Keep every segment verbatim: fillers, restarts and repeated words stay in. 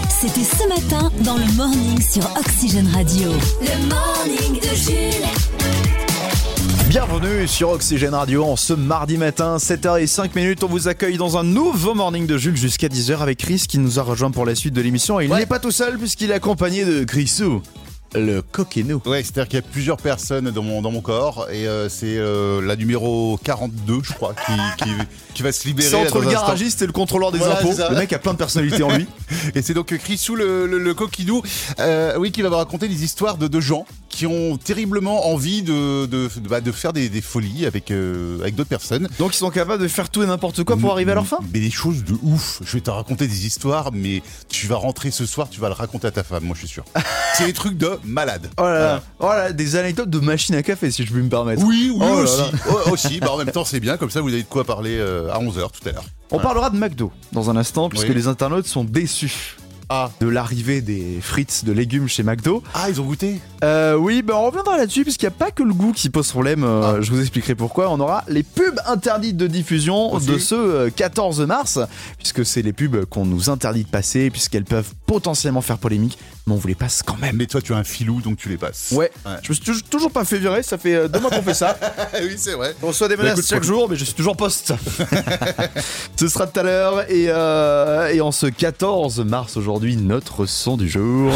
C'était ce matin dans le Morning sur Oxygène Radio. Le Morning de Jules. Bienvenue sur Oxygène Radio en ce mardi matin, sept heures cinq. On vous accueille dans un nouveau Morning de Jules jusqu'à dix heures avec Chris qui nous a rejoint pour la suite de l'émission. Et il ouais. n'est pas tout seul puisqu'il est accompagné de Chrisou, le coquinou. Ouais, c'est-à-dire qu'il y a plusieurs personnes dans mon, dans mon corps et euh, c'est euh, la numéro quarante-deux, je crois, qui, qui, qui va se libérer. C'est entre là, le garagiste et le contrôleur des voilà, impôts. Le mec a plein de personnalités en lui. Et c'est donc Chrisou, le, le, le coquinou, euh, oui, qui va me raconter des histoires de, de gens qui ont terriblement envie de, de, de, bah, de faire des, des folies avec, euh, avec d'autres personnes. Donc ils sont capables de faire tout et n'importe quoi pour arriver à leur fin. Mais des choses de ouf. Je vais te raconter des histoires, mais tu vas rentrer ce soir, tu vas le raconter à ta femme, moi je suis sûr. C'est des trucs de malade. Oh là là, oh là, des anecdotes de machine à café si je puis me permettre. Oui, oui, oh aussi. Oh, aussi. Bah, en même temps c'est bien, comme ça vous avez de quoi parler euh, à onze heures tout à l'heure. On ouais. parlera de McDo dans un instant, puisque oui. les internautes sont déçus. Ah. De l'arrivée des frites de légumes chez McDo. Ah, ils ont goûté euh, Oui, ben on reviendra là-dessus, puisqu'il n'y a pas que le goût qui pose problème. Euh, ah. Je vous expliquerai pourquoi. On aura les pubs interdites de diffusion aussi. De ce quatorze mars, puisque c'est les pubs qu'on nous interdit de passer, puisqu'elles peuvent potentiellement faire polémique, mais on vous les passe quand même. Mais toi, tu as un filou, donc tu les passes. Ouais, ouais. Je me suis toujours pas fait virer, ça fait deux mois qu'on fait ça. Oui, c'est vrai. On reçoit des menaces chaque jour, mais je suis toujours poste. Ce sera tout à l'heure, et, euh, et en ce quatorze mars aujourd'hui, notre son du jour.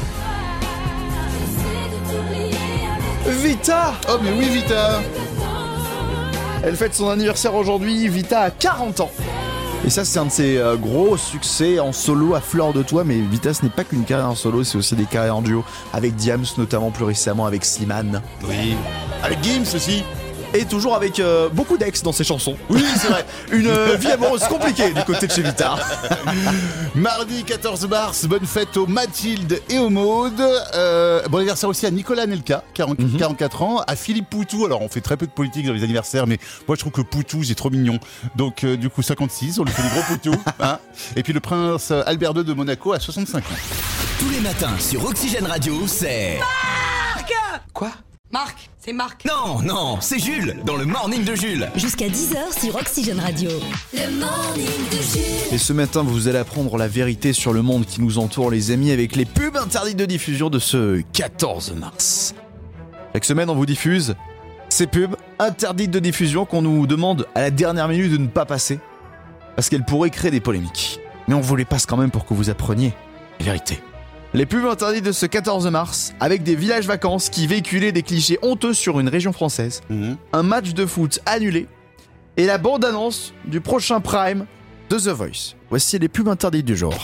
Vita. Oh mais oui, Vita. Elle fête son anniversaire aujourd'hui. Vita a quarante ans. Et ça, c'est un de ses euh, gros succès en solo à fleur de toit. Mais Vita, ce n'est pas qu'une carrière en solo, c'est aussi des carrières en duo. Avec Diams, notamment plus récemment avec Slimane. Oui. Avec Gims aussi. Et toujours avec euh, beaucoup d'ex dans ses chansons. Oui, c'est vrai. Une euh, vie amoureuse compliquée du côté de chez Vita. Mardi quatorze mars, bonne fête aux Mathilde et aux Maude. Euh, bon anniversaire aussi à Nicolas Nelka, quarante, mm-hmm. quarante-quatre ans. À Philippe Poutou. Alors, on fait très peu de politique dans les anniversaires, mais moi, je trouve que Poutou, c'est trop mignon. Donc, euh, du coup, cinquante-six, on lui fait des gros Poutou. Hein. Et puis, le prince Albert deux de Monaco à soixante-cinq ans. Tous les matins sur Oxygène Radio, c'est... Marc. Quoi ? Marc, c'est Marc. Non, non, c'est Jules, dans le Morning de Jules. Jusqu'à dix heures sur Oxygène Radio. Le Morning de Jules. Et ce matin, vous allez apprendre la vérité sur le monde qui nous entoure, les amis, avec les pubs interdites de diffusion de ce quatorze mars. Chaque semaine, on vous diffuse ces pubs interdites de diffusion qu'on nous demande à la dernière minute de ne pas passer, parce qu'elles pourraient créer des polémiques. Mais on vous les passe quand même pour que vous appreniez la vérité. Les pubs interdites de ce quatorze mars, avec des villages vacances qui véhiculaient des clichés honteux sur une région française, mmh. un match de foot annulé, et la bande-annonce du prochain Prime de The Voice. Voici les pubs interdites du jour.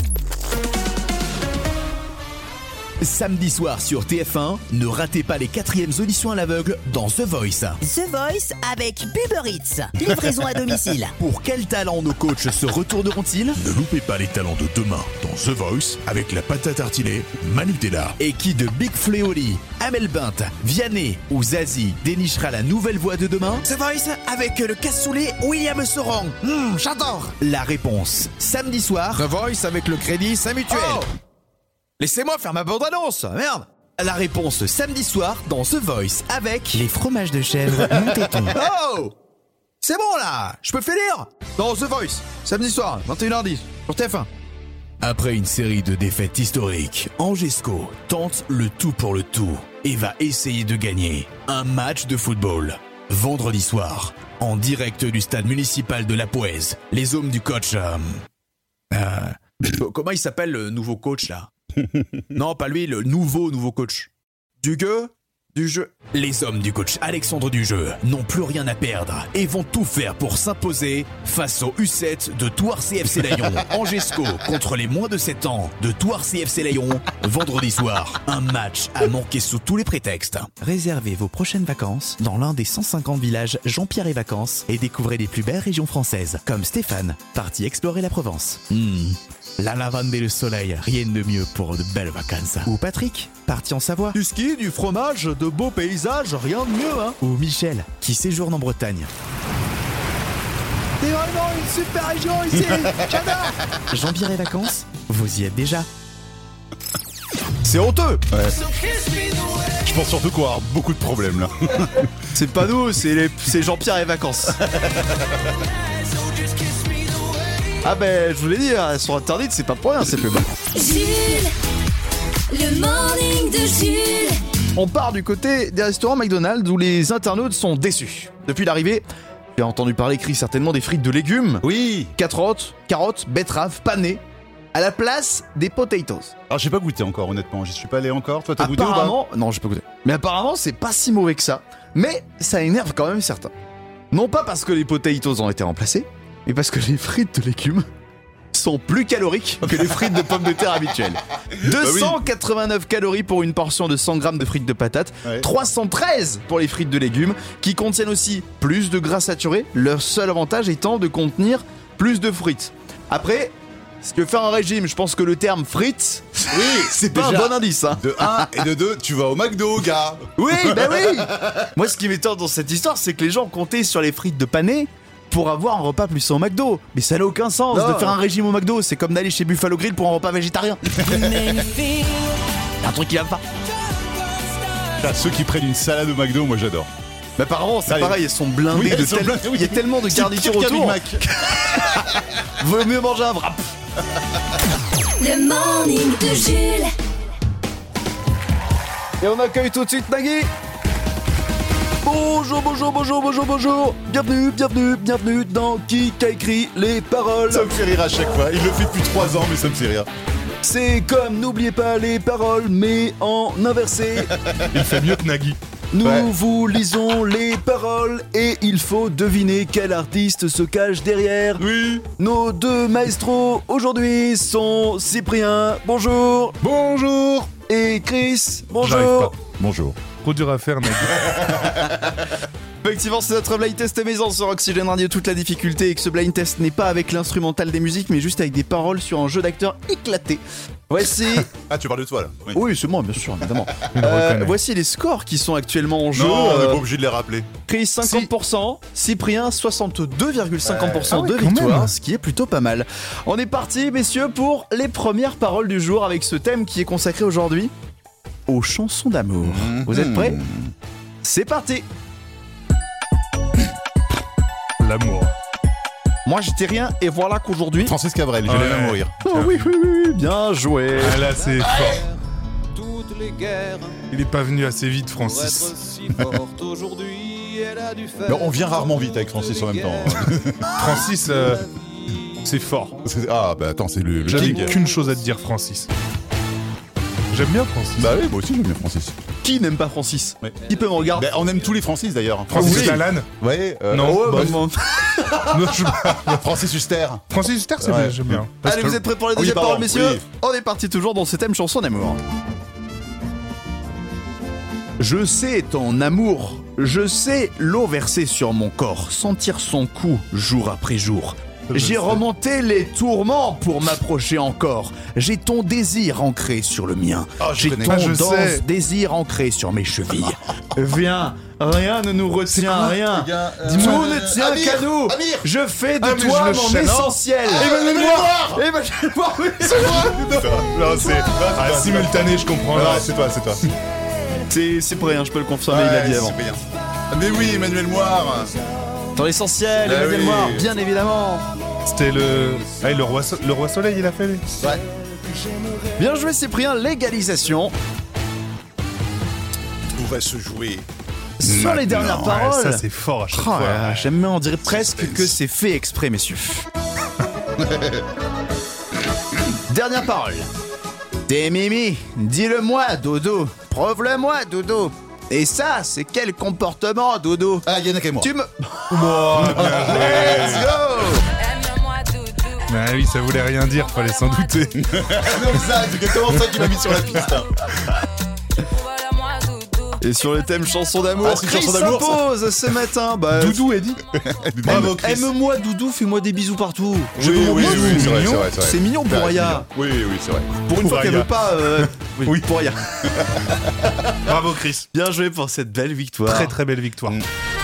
Samedi soir sur T F un, ne ratez pas les quatrièmes auditions à l'aveugle dans The Voice. The Voice avec Uber Eats, livraison à domicile. Pour quels talents nos coachs se retourneront-ils ? Ne loupez pas les talents de demain dans The Voice avec la pâte à tartiner Manutella. Et qui de Big Fleoli, Amel Bint, Vianney ou Zazie dénichera la nouvelle voix de demain ? The Voice avec le cassoulet William Sauron. Mmh, j'adore. La réponse, samedi soir. The Voice avec le crédit Saint-Mutuel. Oh, laissez-moi faire ma bande-annonce, merde. La réponse samedi soir dans The Voice avec les fromages de chèvre Montéton. Oh, c'est bon là, je peux finir dans The Voice, samedi soir, vingt et une heures dix, sur T F un. Après une série de défaites historiques, Angesco tente le tout pour le tout et va essayer de gagner un match de football. Vendredi soir, en direct du stade municipal de La Pouèze, les hommes du coach... Euh, euh, comment il s'appelle le nouveau coach là ? Non, pas lui, le nouveau nouveau coach. Du jeu, du jeu. Les hommes du coach Alexandre Dujeu n'ont plus rien à perdre et vont tout faire pour s'imposer face au U sept de Thouars C F C Layon. Angesco contre les moins de sept ans de Thouars C F C Layon. Vendredi soir, un match à manquer sous tous les prétextes. Réservez vos prochaines vacances dans l'un des cent cinquante villages Jean-Pierre et Vacances et découvrez les plus belles régions françaises, comme Stéphane, parti explorer la Provence. Mmh. La lavande et le soleil, rien de mieux pour de belles vacances. Ou Patrick, parti en Savoie. Du ski, du fromage, de beaux paysages, rien de mieux, hein. Ou Michel, qui séjourne en Bretagne. C'est vraiment une super région ici, j'adore. Jean-Pierre et Vacances, vous y êtes déjà. C'est honteux. Ouais. Je pense surtout qu'on va avoir beaucoup de problèmes là. C'est pas nous, c'est, les, c'est Jean-Pierre et Vacances. Ah ben, je vous l'ai dit, elles sont interdites, c'est pas pour rien ces pubs. Jules, le morning de Jules. On part du côté des restaurants McDonald's où les internautes sont déçus. Depuis l'arrivée, tu as entendu parler, Chris, certainement des frites de légumes. Oui. Carottes, carottes, betteraves, panées, à la place des potatoes. Alors j'ai pas goûté encore, honnêtement. J'y suis pas allé encore. Toi, t'as goûté ou pas? Apparemment, non, j'ai pas goûté. Mais apparemment, c'est pas si mauvais que ça. Mais ça énerve quand même certains. Non pas parce que les potatoes ont été remplacés, mais parce que les frites de légumes sont plus caloriques que les frites de pommes de terre habituelles. deux cent quatre-vingt-neuf calories pour une portion de cent grammes de frites de patates, Ouais. trois cent treize pour les frites de légumes, qui contiennent aussi plus de gras saturé, leur seul avantage étant de contenir plus de frites. Après, si tu veux faire un régime, je pense que le terme frites, Oui, c'est pas déjà, un bon indice. Hein. De un et de deux, tu vas au McDo, gars. Oui, bah oui. Moi, ce qui m'étonne dans cette histoire, c'est que les gens comptaient sur les frites de pané pour avoir un repas plus sain au McDo. Mais ça n'a aucun sens Non. de faire un régime au McDo. C'est comme d'aller chez Buffalo Grill pour un repas végétarien. Un truc qui va pas. T'as ceux qui prennent une salade au McDo, moi j'adore. Mais apparemment, c'est Allez. pareil, elles sont blindées Oui, elles de sont tel- blindées, oui. Il y a tellement de C'est garnitures pire qu'un Big autour. Mac. Vaut mieux manger un wrap. Le morning de Jules. Et on accueille tout de suite Nagui. Bonjour, bonjour, bonjour, bonjour, bonjour. Bienvenue, bienvenue, bienvenue dans Qui a écrit les paroles. Ça me fait rire à chaque fois. Il le fait depuis trois ans, mais ça me fait rire. C'est comme n'oubliez pas les paroles, mais en inversé. Il fait mieux que Nagui. Nous Ouais. vous lisons les paroles et il faut deviner quel artiste se cache derrière. Oui. Nos deux maestros aujourd'hui sont Cyprien, bonjour, Bonjour. et Chris, J'arrive bonjour. pas. Bonjour. Trop dur à faire, Nagui. Effectivement, c'est notre blind test maison sur Oxygène Radio. Toute la difficulté est que ce blind test n'est pas avec l'instrumental des musiques, mais juste avec des paroles sur un jeu d'acteurs éclaté. Voici. Ah, tu parles de toi là. Oui. Oui, c'est moi, bien sûr, évidemment. Je le Euh, reconnais. voici les scores qui sont actuellement en jeu. Non, on n'est Euh, pas obligé de les rappeler. Chris cinquante pour cent, Cyprien soixante-deux virgule cinquante pour cent Ah ouais, de quand victoire, même. ce qui est plutôt pas mal. On est parti, messieurs, pour les premières paroles du jour avec ce thème qui est consacré aujourd'hui aux chansons d'amour. Vous êtes prêts? C'est parti. L'amour. Moi j'étais rien et voilà qu'aujourd'hui... Francis Cabrel, je Ouais. l'aime à mourir. Oh oui, oui, oui, oui, bien joué. Ah là, c'est fort. Toutes les guerres Il est pas venu assez vite, pour être Francis. si forte aujourd'hui, elle a dû faire. Mais on vient rarement vite avec Francis en même temps. Francis, euh, c'est fort. C'est- Ah, bah attends, c'est le, le J'avais king. qu'une chose à te dire, Francis. J'aime bien Francis. Bah oui, moi aussi j'aime bien Francis. Qui n'aime pas Francis? Ouais. Qui peut me regarder? Bah, on aime tous les Francis d'ailleurs. Francis oui. Lalanne. Ouais. euh, Non. oh, bah, bah, non, je- Francis Huster. Francis Huster, c'est Ouais. bien, j'aime bien. Allez, vous êtes prêts pour les Oui, deuxième pardon, paroles, messieurs? oui. On est parti toujours dans ce thème chanson d'amour. Je sais ton amour, je sais l'eau versée sur mon corps, sentir son cou jour après jour. J'ai remonté les tourments pour m'approcher encore. J'ai ton désir ancré sur le mien. Ah, je J'ai connais. ton Ah, je dense sais. désir ancré sur mes chevilles. Viens, rien ne nous retient, rien. Tout ne tient Amir, qu'à nous. Amir. Je fais de Ah, mais toi je le mon chaîne, hein. essentiel. Emmanuel Moir. Emmanuel Moir, oui, c'est moi. Non, c'est ah, simultané, je comprends. Non, là. c'est toi, c'est toi. C'est c'est pour rien, je peux le confirmer, il l'a Ouais, dit c'est avant. bien. Mais oui, Emmanuel Moir. Dans l'essentiel, Bah Emmanuel oui. Moir, bien évidemment. C'était le. Ah, le roi, So- le roi Soleil, il a fait. lui. Ouais. Bien joué Cyprien, légalisation. Tout va se jouer. Sur les dernières Ouais, paroles. ça, c'est fort à chaque Oh fois. là là, j'aime bien, on dirait presque Suspense. que c'est fait exprès, messieurs. Dernière parole. T'es Mimi, dis-le-moi, Dodo. Prouve-le-moi, Dodo. Et ça, c'est quel comportement, Dodo? Ah, Yannick et moi. Tu me... Wow, Let's go! Ah oui, ça voulait rien dire, fallait s'en douter. Comme ça, c'est exactement ça qui m'a mis sur la piste. Et sur le thème chanson d'amour, Ah, c'est une Chris chanson d'amour, ça. s'impose ce matin. Bah, Doudou, Eddie. Bravo, Chris. aime-moi, Doudou, fais-moi des bisous partout. Oui, oui, oui, bisous, oui, c'est vrai, mignon. c'est vrai, c'est vrai. C'est mignon pour Ouais, Aya. Oui, oui, c'est vrai. Pour une fois qu'elle Aya. veut pas. euh, oui, Oui. pour Aya. Bravo, Chris. Bien joué pour cette belle victoire. Très très belle victoire.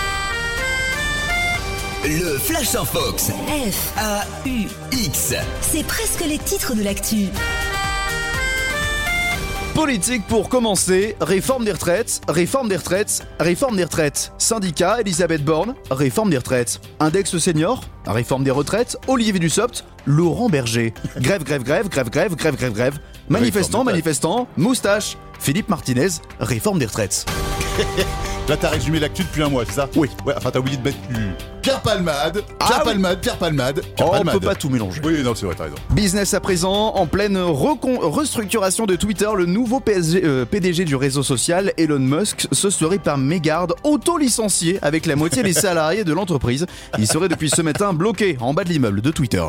Le Flash Infox. F, A U X. c'est presque les titres de l'actu. Politique pour commencer, réforme des retraites, réforme des retraites, réforme des retraites. Syndicat, Elisabeth Borne, réforme des retraites. Index senior, réforme des retraites, Olivier Dussopt, Laurent Berger. Grève, grève, grève, grève, grève, grève, grève, grève. Manifestant, manifestant, moustache. Philippe Martinez, réforme des retraites. Là, t'as résumé l'actu depuis un mois, c'est ça? Oui. Ouais, enfin, t'as oublié de mettre Pierre Palmade, Pierre Ah, Palmade, oui. Pierre Palmade, Pierre oh, Palmade. On peut pas tout mélanger. Oui, non, c'est vrai, t'as raison. Business à présent, en pleine recon- restructuration de Twitter, le nouveau P S G, euh, P D G du réseau social, Elon Musk, se serait par mégarde auto-licencié avec la moitié des salariés de l'entreprise. Il serait depuis ce matin bloqué en bas de l'immeuble de Twitter.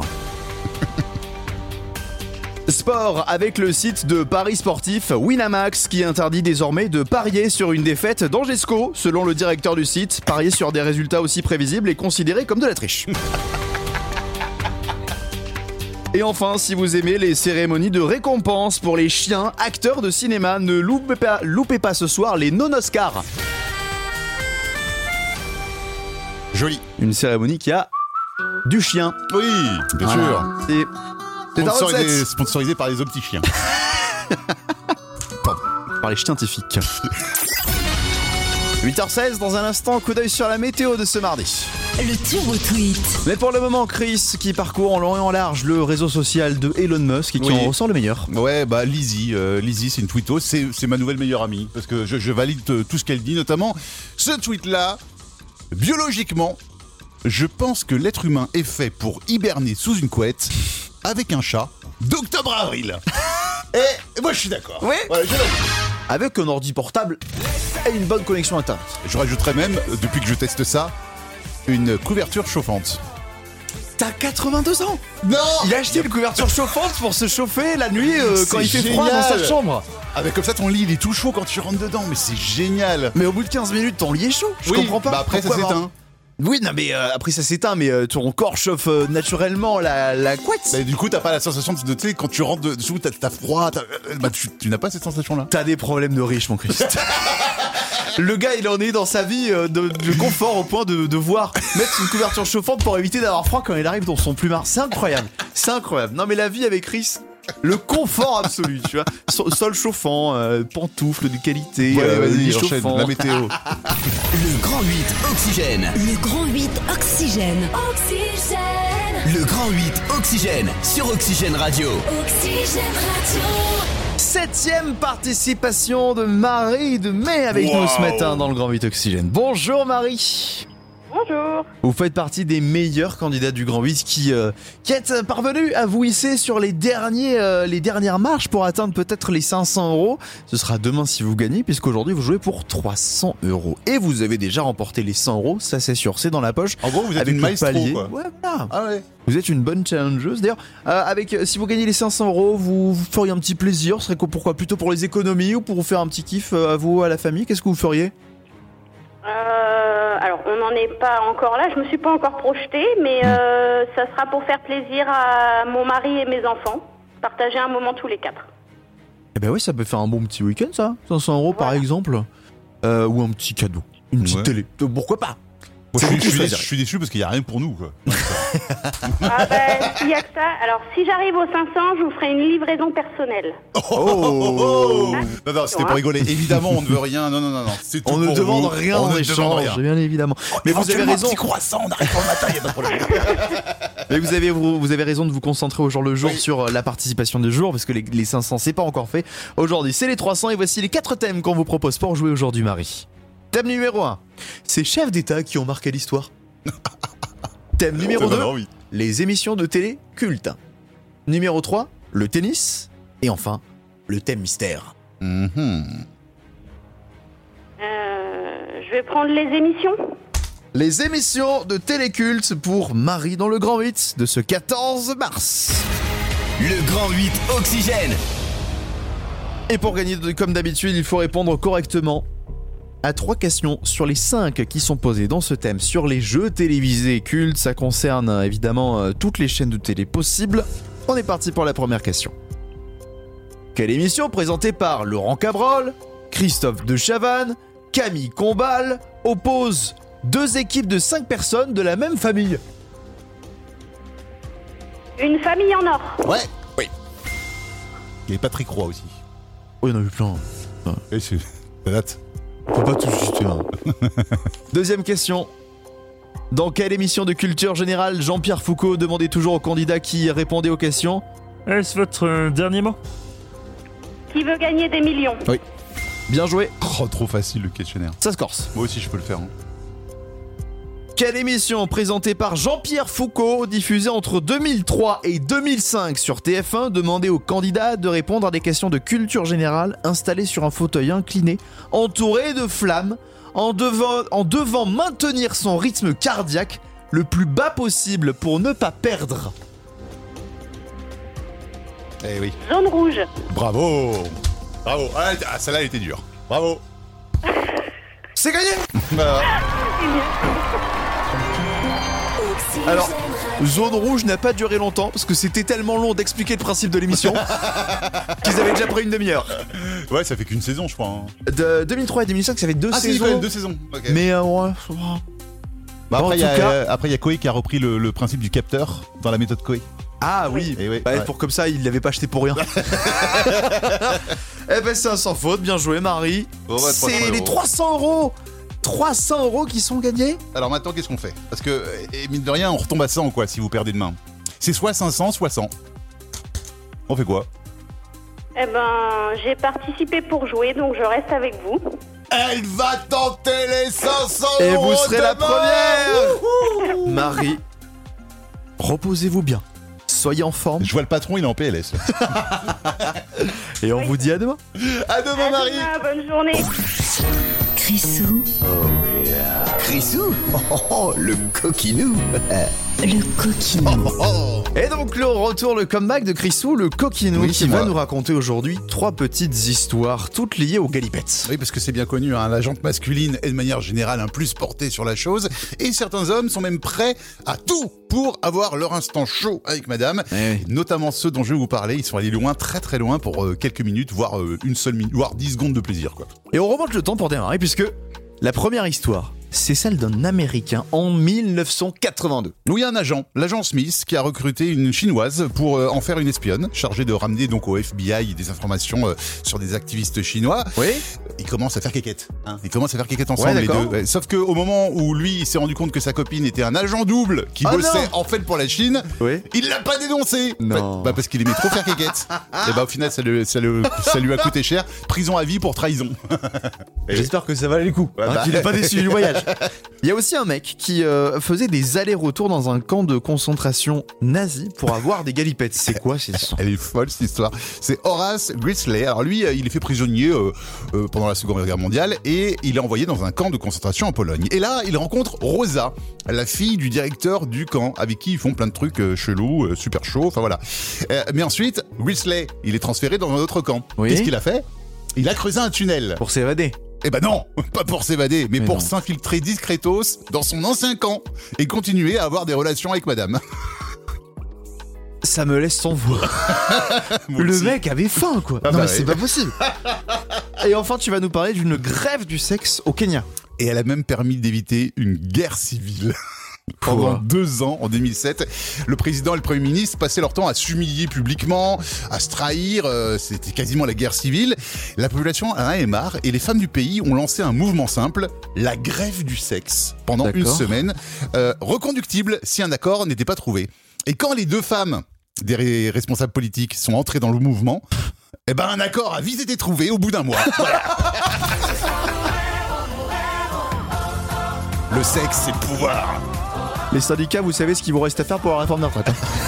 Sport avec le site de paris sportif Winamax qui interdit désormais de parier sur une défaite d'Angesco. Selon le directeur du site, parier sur des résultats aussi prévisibles est considéré comme de la triche. Et enfin, si vous aimez les cérémonies de récompense pour les chiens acteurs de cinéma, ne loupez pas, loupez pas ce soir les non-Oscars. Joli. Une cérémonie qui a du chien. Oui, bien Voilà. sûr. C'est... C'est un Sponsorisé, recette. sponsorisé par les autres petits chiens. Par les scientifiques. huit heures seize, dans un instant, coup d'œil sur la météo de ce mardi. Le turbo tweet. Mais pour le moment, Chris qui parcourt en long et en large le réseau social de Elon Musk et qui Oui. en ressort le meilleur. Ouais, bah Lizzie, euh, Lizzie, c'est une tweetos, c'est, c'est ma nouvelle meilleure amie, parce que je, je valide euh, tout ce qu'elle dit, notamment ce tweet-là. Biologiquement, je pense que l'être humain est fait pour hiberner sous une couette avec un chat d'octobre à avril. Et moi, je suis d'accord. Oui. Voilà, je valide. Avec un ordi portable et une bonne connexion internet. Je rajouterais même, euh, depuis que je teste ça, une couverture chauffante. T'as quatre-vingt-deux ans. Non. Il a acheté une couverture chauffante pour se chauffer la nuit euh, quand C'est il fait froid dans sa génial. chambre. Avec comme ça, ton lit, il est tout chaud quand tu rentres dedans, mais c'est génial. Mais au bout de quinze minutes, ton lit est chaud. Je Oui, comprends pas. Bah après, ça Pourquoi avoir- s'éteint. Oui, non, mais euh, après ça s'éteint, mais euh, ton corps chauffe euh, naturellement la, la couette. Bah, du coup, t'as pas la sensation de, tu sais, quand tu rentres dessous, t'as, t'as froid, t'as- bah, tu, tu n'as pas cette sensation-là. T'as des problèmes de riche, mon Christ. Le gars, il en est dans sa vie euh, de, de confort au point de devoir mettre une couverture chauffante pour éviter d'avoir froid quand il arrive dans son plumard. C'est incroyable. C'est incroyable. Non, mais la vie avec Chris, le confort absolu, tu vois. So- sol chauffant, euh, pantoufles de qualité, Ouais, euh, vas-y, lit enchaîne, chauffant. la météo. Le Grand huit Oxygène. Le grand huit Oxygène. Oxygène. Le Grand huit Oxygène sur Oxygène Radio. Oxygène Radio. Septième participation de Marie de Mai avec nous ce matin dans le Grand huit Oxygène. Bonjour Marie. Bonjour. Vous faites partie des meilleurs candidats du Grand huit qui, euh, qui êtes parvenus à vous hisser sur les, derniers, euh, les dernières marches pour atteindre peut-être les cinq cents euros. Ce sera demain si vous gagnez, puisqu'aujourd'hui vous jouez pour trois cents euros. Et vous avez déjà remporté les cent euros, ça c'est sûr, c'est dans la poche. En gros, vous êtes Avec une le maestro, palier. quoi. Ouais, voilà. Ah ouais. Vous êtes une bonne challengeuse. D'ailleurs, euh, avec, euh, si vous gagnez les cinq cents euros, vous, vous feriez un petit plaisir. Ce serait quoi, pourquoi plutôt pour les économies ou pour vous faire un petit kiff euh, à vous, à la famille? Qu'est-ce que vous feriez? Euh, alors, on n'en est pas encore là. Je me suis pas encore projetée, mais euh, ça sera pour faire plaisir à mon mari et mes enfants. Partager un moment tous les quatre. Eh ben oui, ça peut faire un bon petit week-end, ça. cinq cents euros par exemple. Euh, ou un petit cadeau. Une petite Ouais. télé. Euh, Pourquoi pas? Moi, C'est je, suis, vous qui je, suis, choisirez. je suis déçu parce qu'il n'y a rien pour nous, quoi. Ah ben, s'il y a que ça. Alors, si j'arrive aux cinq cents, je vous ferai une livraison personnelle. Oh Non, non, c'était Ouais. pour rigoler. Évidemment, on ne veut rien. Non, non, non, non. C'est tout On ne pour demande vous. rien on en ne demande échange, rien. bien évidemment. Mais vous avez Éventuellement, raison. un petit croissant, on arrive pour le matin, il n'y a pas de problème. Mais vous avez, vous, vous avez raison de vous concentrer au jour le jour Oui. sur euh, la participation du jour, parce que les, les cinq cents, c'est pas encore fait. Aujourd'hui, c'est les trois cents et voici les quatre thèmes qu'on vous propose pour jouer aujourd'hui, Marie. Thème numéro un. Ces chefs d'État qui ont marqué l'histoire. Thème numéro deux. Non, oui. Les émissions de télé cultes. Numéro trois, le tennis. Et enfin, le thème mystère. Mhm. Euh, je vais prendre les émissions. Les émissions de télé cultes pour Marie dans le Grand huit de ce quatorze mars. Le Grand huit Oxygène. Et pour gagner, comme d'habitude, il faut répondre correctement à trois questions sur les cinq qui sont posées dans ce thème sur les jeux télévisés cultes. Ça concerne euh, évidemment euh, toutes les chaînes de télé possibles. On est parti pour la première question. Quelle émission présentée par Laurent Cabrol, Christophe de Chavannes, Camille Combal oppose deux équipes de cinq personnes de la même famille? Une famille en or. Ouais. Oui. Il y avait Patrick Roy aussi. Oh, il y en a eu plein. Ouais. Et c'est... Ça date. Faut pas tout citer. Hein. Deuxième question. Dans quelle émission de culture générale Jean-Pierre Foucault demandait toujours aux candidats qui répondaient aux questions ? Est-ce votre euh, dernier mot ? Qui veut gagner des millions ? Oui. Bien joué. Oh, trop facile le questionnaire. Ça se corse. Moi aussi je peux le faire. Hein. Quelle émission présentée par Jean-Pierre Foucault, diffusée entre deux mille trois et deux mille cinq sur T F un, demandait aux candidats de répondre à des questions de culture générale installés sur un fauteuil incliné, entouré de flammes, en devant, en devant maintenir son rythme cardiaque le plus bas possible pour ne pas perdre. Eh oui. Zone rouge. Bravo. Bravo. Ah, ah, celle-là elle était dure. Bravo. C'est gagné. Voilà. Alors, Zone Rouge n'a pas duré longtemps parce que c'était tellement long d'expliquer le principe de l'émission qu'ils avaient déjà pris une demi-heure. Ouais, ça fait qu'une saison, je crois. Hein. De deux mille trois et deux mille cinq, ça fait deux ah, saisons. Ah, si, quand même deux saisons. Okay. Mais euh, ouais. Bah, après, il y, cas... euh, y a Koei qui a repris le, le principe du capteur dans la méthode Koei. Ah oui, et oui bah, ouais. Pour comme ça, il l'avait pas acheté pour rien. Eh ben, c'est un sans faute, bien joué, Marie. Bon, bah, c'est les trois cents euros trois cents euros qui sont gagnés. Alors maintenant, qu'est-ce qu'on fait ? Parce que, et mine de rien, on retombe à cent, quoi, si vous perdez demain. C'est soit cinq cents, soit cent. On fait quoi ? Eh ben, j'ai participé pour jouer, donc je reste avec vous. Elle va tenter les cinq cents euros. Et vous serez demain. la première. Wouhou. Marie, reposez-vous bien. Soyez en forme. Je vois le patron, il est en P L S. Et on oui. vous dit à demain. À demain, à Marie. Demain, bonne journée. Crissou. Oh yeah. Crissou, oh, oh, oh, le coquinou. Le coquinou. Oh, oh. Et donc le retour, le comeback de Crissou, le coquinou, oui, qui va moi. nous raconter aujourd'hui trois petites histoires, toutes liées aux galipettes. Oui, parce que c'est bien connu, hein, la jante masculine est de manière générale un plus portée sur la chose, et certains hommes sont même prêts à tout pour avoir leur instant chaud avec madame, eh oui. notamment ceux dont je vais vous parler. Ils sont allés loin, très très loin pour euh, quelques minutes, voire euh, une seule minute, voire dix secondes de plaisir, quoi. Et on remonte le temps pour démarrer, puisque la première histoire, c'est celle d'un Américain en mille neuf cent quatre-vingt-deux. Oui, un agent, l'agent Smith, qui a recruté une Chinoise pour euh, en faire une espionne, chargée de ramener donc au F B I des informations euh, sur des activistes chinois. Oui. Ils commencent à faire quéquette. Hein. Ils commencent à faire quéquette ensemble, ouais, les deux. Ouais. Sauf qu'au moment où lui, il s'est rendu compte que sa copine était un agent double qui oh bossait non. en fait pour la Chine, oui. il l'a pas dénoncé. Non. Bah, bah parce qu'il aimait trop faire quéquette. Et bah au final, ça, le, ça, le, ça lui a coûté cher. Prison à vie pour trahison. J'espère que ça valait le coup, ouais, hein, bah. qu'il n'est pas déçu du voyage. Il y a aussi un mec qui euh, faisait des allers-retours dans un camp de concentration nazi pour avoir des galipettes. C'est quoi cette histoire ? Elle est folle cette histoire. C'est Horace Grizzly. Alors lui, il est fait prisonnier euh, euh, pendant la Seconde Guerre mondiale et il est envoyé dans un camp de concentration en Pologne. Et là, il rencontre Rosa, la fille du directeur du camp, avec qui ils font plein de trucs euh, chelous, euh, super chauds, enfin voilà. Euh, mais ensuite, Grizzly, il est transféré dans un autre camp. Oui. Qu'est-ce qu'il a fait ? Il a creusé un tunnel. Pour s'évader. Eh ben non, pas pour s'évader, mais, mais pour non. s'infiltrer discretos dans son ancien camp et continuer à avoir des relations avec madame. Ça me laisse sans voix. Le aussi. Mec avait faim, quoi. Ah non, bah mais oui. C'est pas possible. Et enfin, tu vas nous parler d'une grève du sexe au Kenya. Et elle a même permis d'éviter une guerre civile. Pendant deux ans, en deux mille sept, le président et le premier ministre passaient leur temps à s'humilier publiquement, à se trahir, euh, c'était quasiment la guerre civile. La population en a marre et les femmes du pays ont lancé un mouvement simple, la grève du sexe, pendant D'accord. une semaine, euh, reconductible si un accord n'était pas trouvé. Et quand les deux femmes des responsables politiques sont entrées dans le mouvement, eh ben un accord a vite été trouvé au bout d'un mois. Voilà. Le sexe, c'est le pouvoir. Les syndicats, vous savez ce qu'il vous reste à faire pour la réforme des retraites.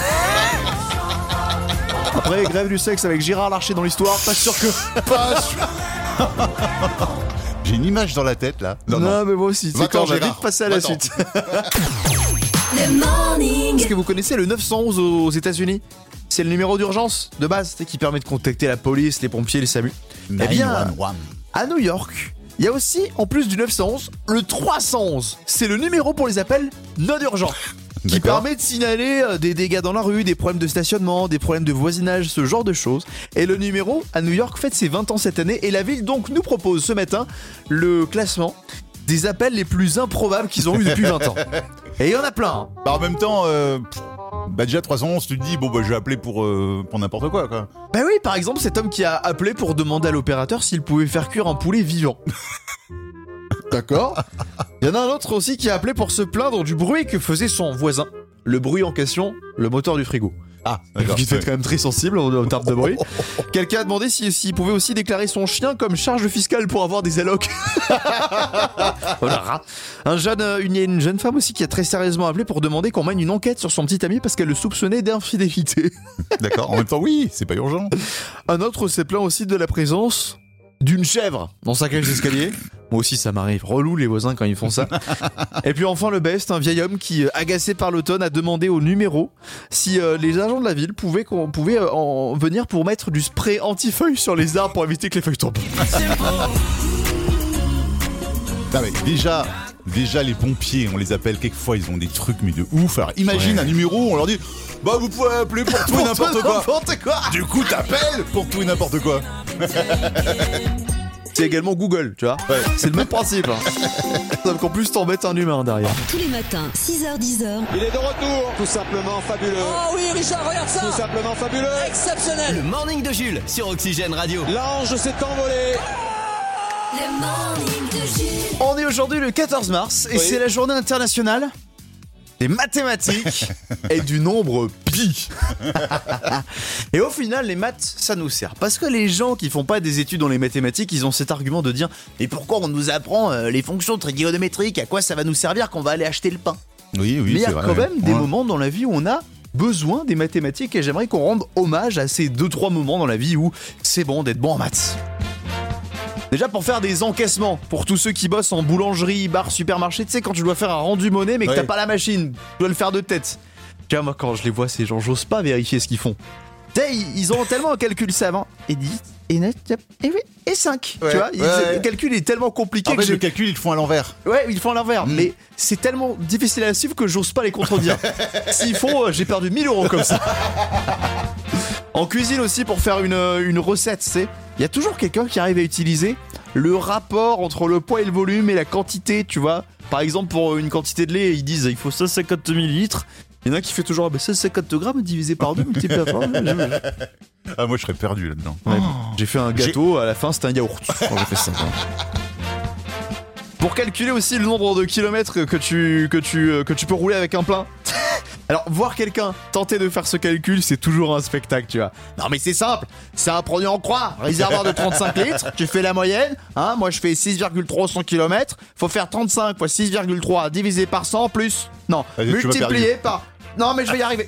Après, grève du sexe avec Gérard Larcher dans l'histoire, pas sûr que... Pas sûr. J'ai une image dans la tête, là. Non, non, non. mais moi aussi. C'est quand on va vite passer à la suite. Le morning. Est-ce que vous connaissez le neuf cent onze aux États-Unis ? C'est le numéro d'urgence de base qui permet de contacter la police, les pompiers, les S A M U. Eh bien, à New York... il y a aussi, en plus du neuf cent onze, le trois cent onze. C'est le numéro pour les appels non urgents. Qui D'accord. permet de signaler des dégâts dans la rue, des problèmes de stationnement, des problèmes de voisinage, ce genre de choses. Et le numéro, à New York, fête ses vingt ans cette année. Et la ville, donc, nous propose ce matin le classement des appels les plus improbables qu'ils ont eu depuis vingt ans. Et il y en a plein. Hein. Bah en même temps... Euh... Bah déjà trois cent onze, tu te dis bon bah je vais appeler pour euh, pour n'importe quoi quoi. Bah oui, par exemple cet homme qui a appelé pour demander à l'opérateur s'il pouvait faire cuire un poulet vivant. D'accord. Il y en a un autre aussi qui a appelé pour se plaindre du bruit que faisait son voisin. Le bruit en question, le moteur du frigo. Ah, d'accord. Qui était quand même très sensible en, en termes de bruit. Quelqu'un a demandé s'il si, si pouvait aussi déclarer son chien comme charge fiscale pour avoir des allocs. Voilà. Un jeune, une, une jeune femme aussi qui a très sérieusement appelé pour demander qu'on mène une enquête sur son petit ami parce qu'elle le soupçonnait d'infidélité. D'accord, en même temps oui, c'est pas urgent. Un autre s'est plaint aussi de la présence d'une chèvre dans sa cage d'escalier. Moi aussi ça m'arrive, relou les voisins quand ils font ça. Et puis enfin le best, un vieil homme qui, agacé par l'automne, a demandé au numéro si euh, les agents de la ville pouvaient, qu'on pouvait euh, en venir pour mettre du spray anti-feuilles sur les arbres pour éviter que les feuilles tombent. Non mais déjà, déjà les pompiers, on les appelle quelquefois, ils ont des trucs mais de ouf. Alors imagine ouais. un numéro, on leur dit bah vous pouvez appeler pour tout et n'importe quoi. n'importe quoi. Du coup t'appelles pour tout et n'importe quoi. C'est également Google, tu vois. Ouais. C'est le même principe. Hein. Sauf qu'en plus t'embêtes un humain derrière. Tous les matins, six heures dix heures. Il est de retour, tout simplement fabuleux. Oh oui, Richard, regarde ça. Tout simplement fabuleux. Exceptionnel. Le Morning de Jules sur Oxygène Radio. L'ange s'est envolé. Le Morning de Jules. On est aujourd'hui le quatorze mars et oui. c'est la journée internationale des mathématiques et du nombre pi. Et au final, les maths, ça nous sert. Parce que les gens qui font pas des études dans les mathématiques, ils ont cet argument de dire « Mais pourquoi on nous apprend euh, les fonctions trigonométriques ? À quoi ça va nous servir quand on va aller acheter le pain ?» Oui, oui, mais il y a vrai, quand même ouais. des ouais. moments dans la vie où on a besoin des mathématiques et j'aimerais qu'on rende hommage à ces deux trois moments dans la vie où c'est bon d'être bon en maths. Déjà pour faire des encaissements, pour tous ceux qui bossent en boulangerie, bar, supermarché, tu sais quand tu dois faire un rendu monnaie mais que ouais. t'as pas la machine, tu dois le faire de tête. Tu vois moi quand je les vois ces gens, j'ose pas vérifier ce qu'ils font. Tu sais ils ont tellement un calcul savant, et dix, et neuf, et huit, et cinq, ouais. tu vois, ouais, ouais. Le calcul est tellement compliqué en que fait, je... le calcul ils le font à l'envers. Ouais ils le font à l'envers, mmh. mais c'est tellement difficile à suivre que j'ose pas les contredire. S'ils font, euh, j'ai perdu mille euros comme ça. En cuisine aussi pour faire une, une recette, tu sais, il y a toujours quelqu'un qui arrive à utiliser le rapport entre le poids et le volume et la quantité, tu vois. Par exemple, pour une quantité de lait, ils disent il faut cent cinquante millilitres. Il y en a qui fait toujours bah, cent cinquante grammes divisé par deux multiplié par trois. Ah, moi je serais perdu là-dedans. Ouais, oh. J'ai fait un gâteau, j'ai... à la fin c'était un yaourt quand j'ai fait ça. Pour calculer aussi le nombre de kilomètres que tu, que tu, que tu peux rouler avec un plein. Alors, voir quelqu'un tenter de faire ce calcul, c'est toujours un spectacle, tu vois. Non mais c'est simple, c'est un produit en croix, réservoir de trente-cinq litres, tu fais la moyenne, hein, moi je fais six virgule trois cents kilomètres, faut faire trente-cinq fois six virgule trois divisé par cent plus, non, Vas-y, multiplié par... Non mais je vais y arriver.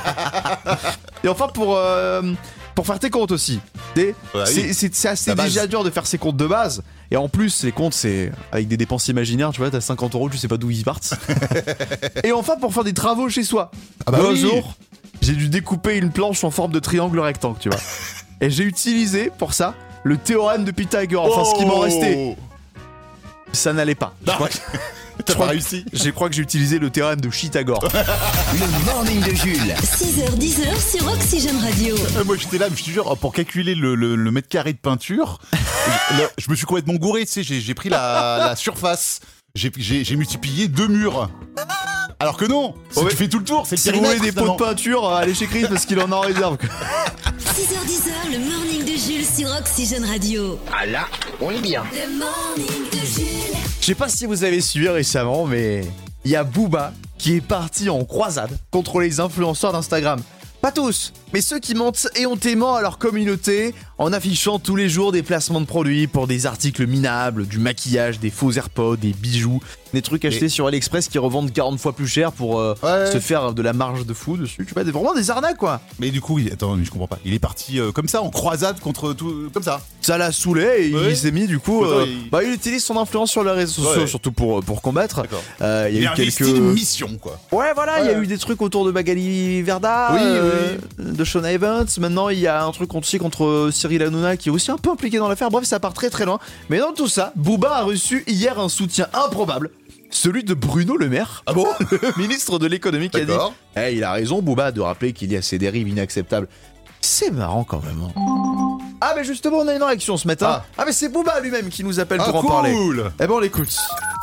Et enfin pour... Euh... Pour faire tes comptes aussi, ouais, c'est, oui. c'est, c'est assez déjà base. dur de faire ses comptes de base. Et en plus, les comptes, c'est avec des dépenses imaginaires, tu vois, t'as cinquante euros, tu sais pas d'où ils partent. Et enfin, pour faire des travaux chez soi. Ah bah un oui. jour, j'ai dû découper une planche en forme de triangle rectangle, tu vois. Et j'ai utilisé, pour ça, le théorème de Pythagore. Enfin, oh ce qui m'en restait. Ça n'allait pas. Je crois que... T'as pas réussi. Je crois que j'ai utilisé le théorème de Pythagore. Le Morning de Jules. six heures dix heures sur Oxygène Radio. Euh, moi j'étais là, je te jure, pour calculer le, le, le mètre carré de peinture, je, je me suis complètement gouré, tu sais, j'ai, j'ai pris la, la surface, j'ai, j'ai, j'ai multiplié deux murs. Alors que non, si ouais. tu fais tout le tour, c'est le si vous voulez des pots de peinture, allez chez Chris parce qu'il en a en réserve. six heures dix heures, le Morning de Jules sur Oxygène Radio. Ah là, on est bien. Le Morning de Jules. Je sais pas si vous avez suivi récemment, mais il y a Booba qui est parti en croisade contre les influenceurs d'Instagram. Pas tous, mais ceux qui mentent éhontément à leur communauté en affichant tous les jours des placements de produits pour des articles minables, du maquillage, des faux AirPods, des bijoux, des trucs achetés et... sur AliExpress qui revendent quarante fois plus cher pour euh, ouais. se faire de la marge de fou dessus. Tu vois, vraiment des arnaques quoi. Mais du coup, attends, mais je comprends pas. Il est parti euh, comme ça, en croisade contre tout, comme ça. Ça l'a saoulé et ouais. il s'est mis du coup. Euh, il... Bah, il utilise son influence sur les réseaux sociaux, ouais. surtout pour pour combattre. Euh, il y a il eu quelques une mission quoi. Ouais, voilà, il ouais. y a eu des trucs autour de Magali Verda, oui, euh, oui. de Shona Evans. Maintenant, il y a un truc aussi contre Cyril Hanouna qui est aussi un peu impliqué dans l'affaire. Bref, ça part très très loin. Mais dans tout ça, Booba a reçu hier un soutien improbable. Celui de Bruno Le Maire, ah bon le ministre de l'économie qui D'accord. a dit hey, il a raison Booba de rappeler qu'il y a ces dérives inacceptables. C'est marrant quand même. Ah mais justement on a une réaction ce matin. Ah, ah mais c'est Booba lui-même qui nous appelle ah, pour cool. en parler. Eh ben on l'écoute.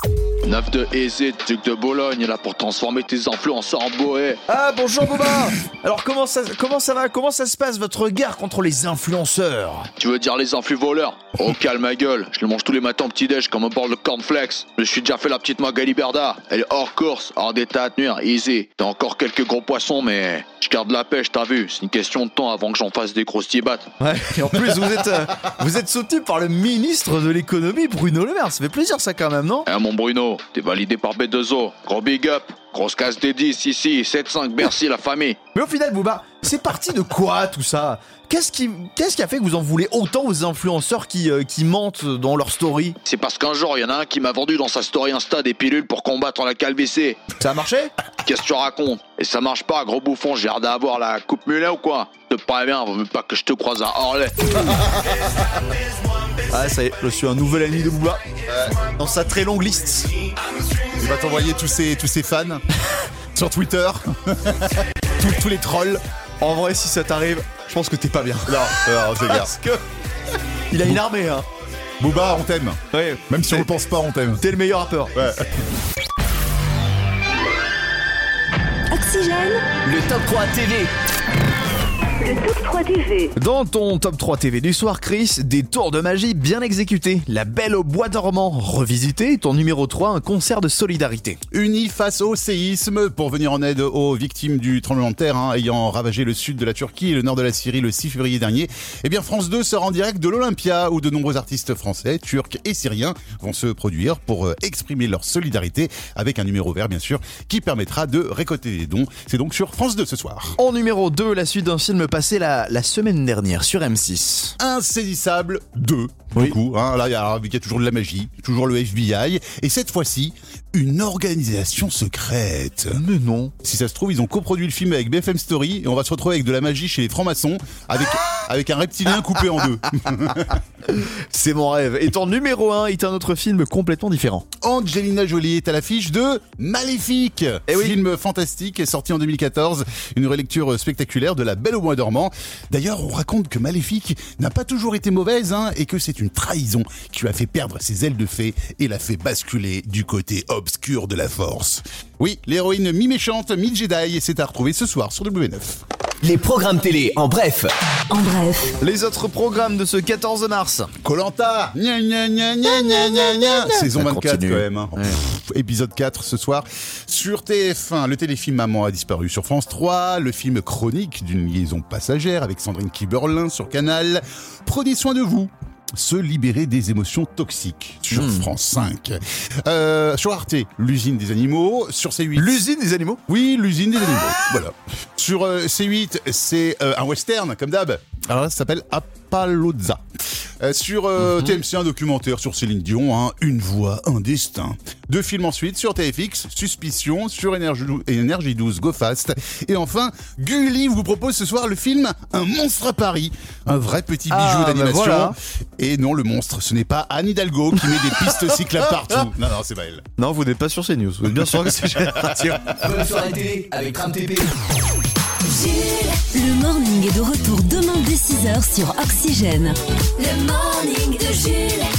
neuf de Easy, duc de Bologne, là pour transformer tes influenceurs en boé. Ah bonjour Boba. Alors comment ça, comment ça va, comment ça se passe votre guerre contre les influenceurs? Tu veux dire les influx voleurs? Oh calme ma gueule, je le mange tous les matins au petit-déj comme un bord de cornflakes. Je me suis déjà fait la petite Magali Berda, elle est hors course, hors d'état à tenir, easy. T'as encore quelques gros poissons mais je garde la pêche, t'as vu, c'est une question de temps avant que j'en fasse des grosses tibates. Ouais, et en plus vous êtes, euh, vous êtes soutenu par le ministre de l'économie Bruno Le Maire, ça fait plaisir ça quand même, non? Eh mon Bruno, t'es validé par B deux O, gros big up. Grosse casse des dix, ici, sept cinq, merci la famille. Mais au final, Booba, c'est parti de quoi tout ça? Qu'est-ce qui, qu'est-ce qui a fait que vous en voulez autant aux influenceurs qui, euh, qui mentent dans leur story? C'est parce qu'un jour, il y en a un qui m'a vendu dans sa story Insta des pilules pour combattre la calvitie. Ça a marché? Qu'est-ce que tu racontes? Et ça marche pas, gros bouffon, j'ai l'air d'avoir la coupe mulet ou quoi? Je te préviens, vaut mieux pas que je te croise à Orlais. Ah ça y est, je suis un nouvel ami de Booba, euh, dans sa très longue liste. Il va t'envoyer tous ses, tous ses fans sur Twitter, tous, tous les trolls. En vrai, si ça t'arrive, je pense que t'es pas bien. Non, non c'est bien. Parce que il a une armée, hein. Booba, on t'aime. Ouais. Même si on le pense pas, on t'aime. T'es le meilleur rappeur. Ouais. Oxygène. Le top trois T V. Le top trois T V. Dans ton top trois T V du soir, Chris, des tours de magie bien exécutés. La Belle au bois dormant revisité. Ton numéro trois, un concert de solidarité. Unis face au séisme pour venir en aide aux victimes du tremblement de terre hein, ayant ravagé le sud de la Turquie et le nord de la Syrie le six février dernier. Eh bien, France deux sera en direct de l'Olympia où de nombreux artistes français, turcs et syriens vont se produire pour euh, exprimer leur solidarité avec un numéro vert, bien sûr, qui permettra de récolter des dons. C'est donc sur France deux ce soir. En numéro deux, la suite d'un film passé la, la semaine dernière sur M six. Insaisissable deux. Oui. Du coup, hein, là, il y, a, il y a toujours de la magie, toujours le F B I, et cette fois-ci, une organisation secrète. Mais non. Si ça se trouve, ils ont coproduit le film avec B F M Story, et on va se retrouver avec de la magie chez les francs-maçons, avec, avec un reptilien coupé en deux. C'est mon rêve. Et ton numéro un est un autre film complètement différent. Angelina Jolie est à l'affiche de Maléfique, eh oui. Film fantastique sorti en deux mille quatorze, une relecture spectaculaire de La Belle au bois dormant. D'ailleurs, on raconte que Maléfique n'a pas toujours été mauvaise hein, et que c'est une trahison qui lui a fait perdre ses ailes de fée et l'a fait basculer du côté obscur de la force. Oui, l'héroïne mi-méchante, mi-Jedi, c'est à retrouver ce soir sur W neuf. Les programmes télé, en bref. En bref. Les autres programmes de ce quatorze mars. Koh-Lanta, gna gna gna gna gna gna gna. Saison vingt-quatre continue. quand même. Hein. Ouais. Pff, épisode quatre ce soir. Sur T F un, le téléfilm Maman a disparu sur France trois. Le film Chronique d'une liaison passagère avec Sandrine Kiberlin sur Canal. Prenez soin de vous. Se libérer des émotions toxiques sur mmh. France cinq. Euh, sur Arte, l'usine des animaux. Sur C huit. L'usine des animaux? Oui, l'usine des animaux. Voilà. Sur euh, C huit, c'est euh, un western, comme d'hab. Alors là, ça s'appelle Appalooza. Euh, sur euh, mmh. T M C, un documentaire sur Céline Dion, hein, Une voix, un destin. Deux films ensuite sur T F X, Suspicion, sur Énergie douze, Go Fast. Et enfin, Gulli vous propose ce soir le film Un monstre à Paris. Un vrai petit bijou ah, d'animation. Ben voilà. Et non, le monstre, ce n'est pas Anne Hidalgo qui met des pistes cyclables partout. Non, non, c'est pas elle. Non, vous n'êtes pas sur CNews. Vous êtes bien sûr que c'est Bonne soirée télé avec Tram T P. Jules, le morning est de retour demain dès six heures sur Oxygène. Le morning de Jules.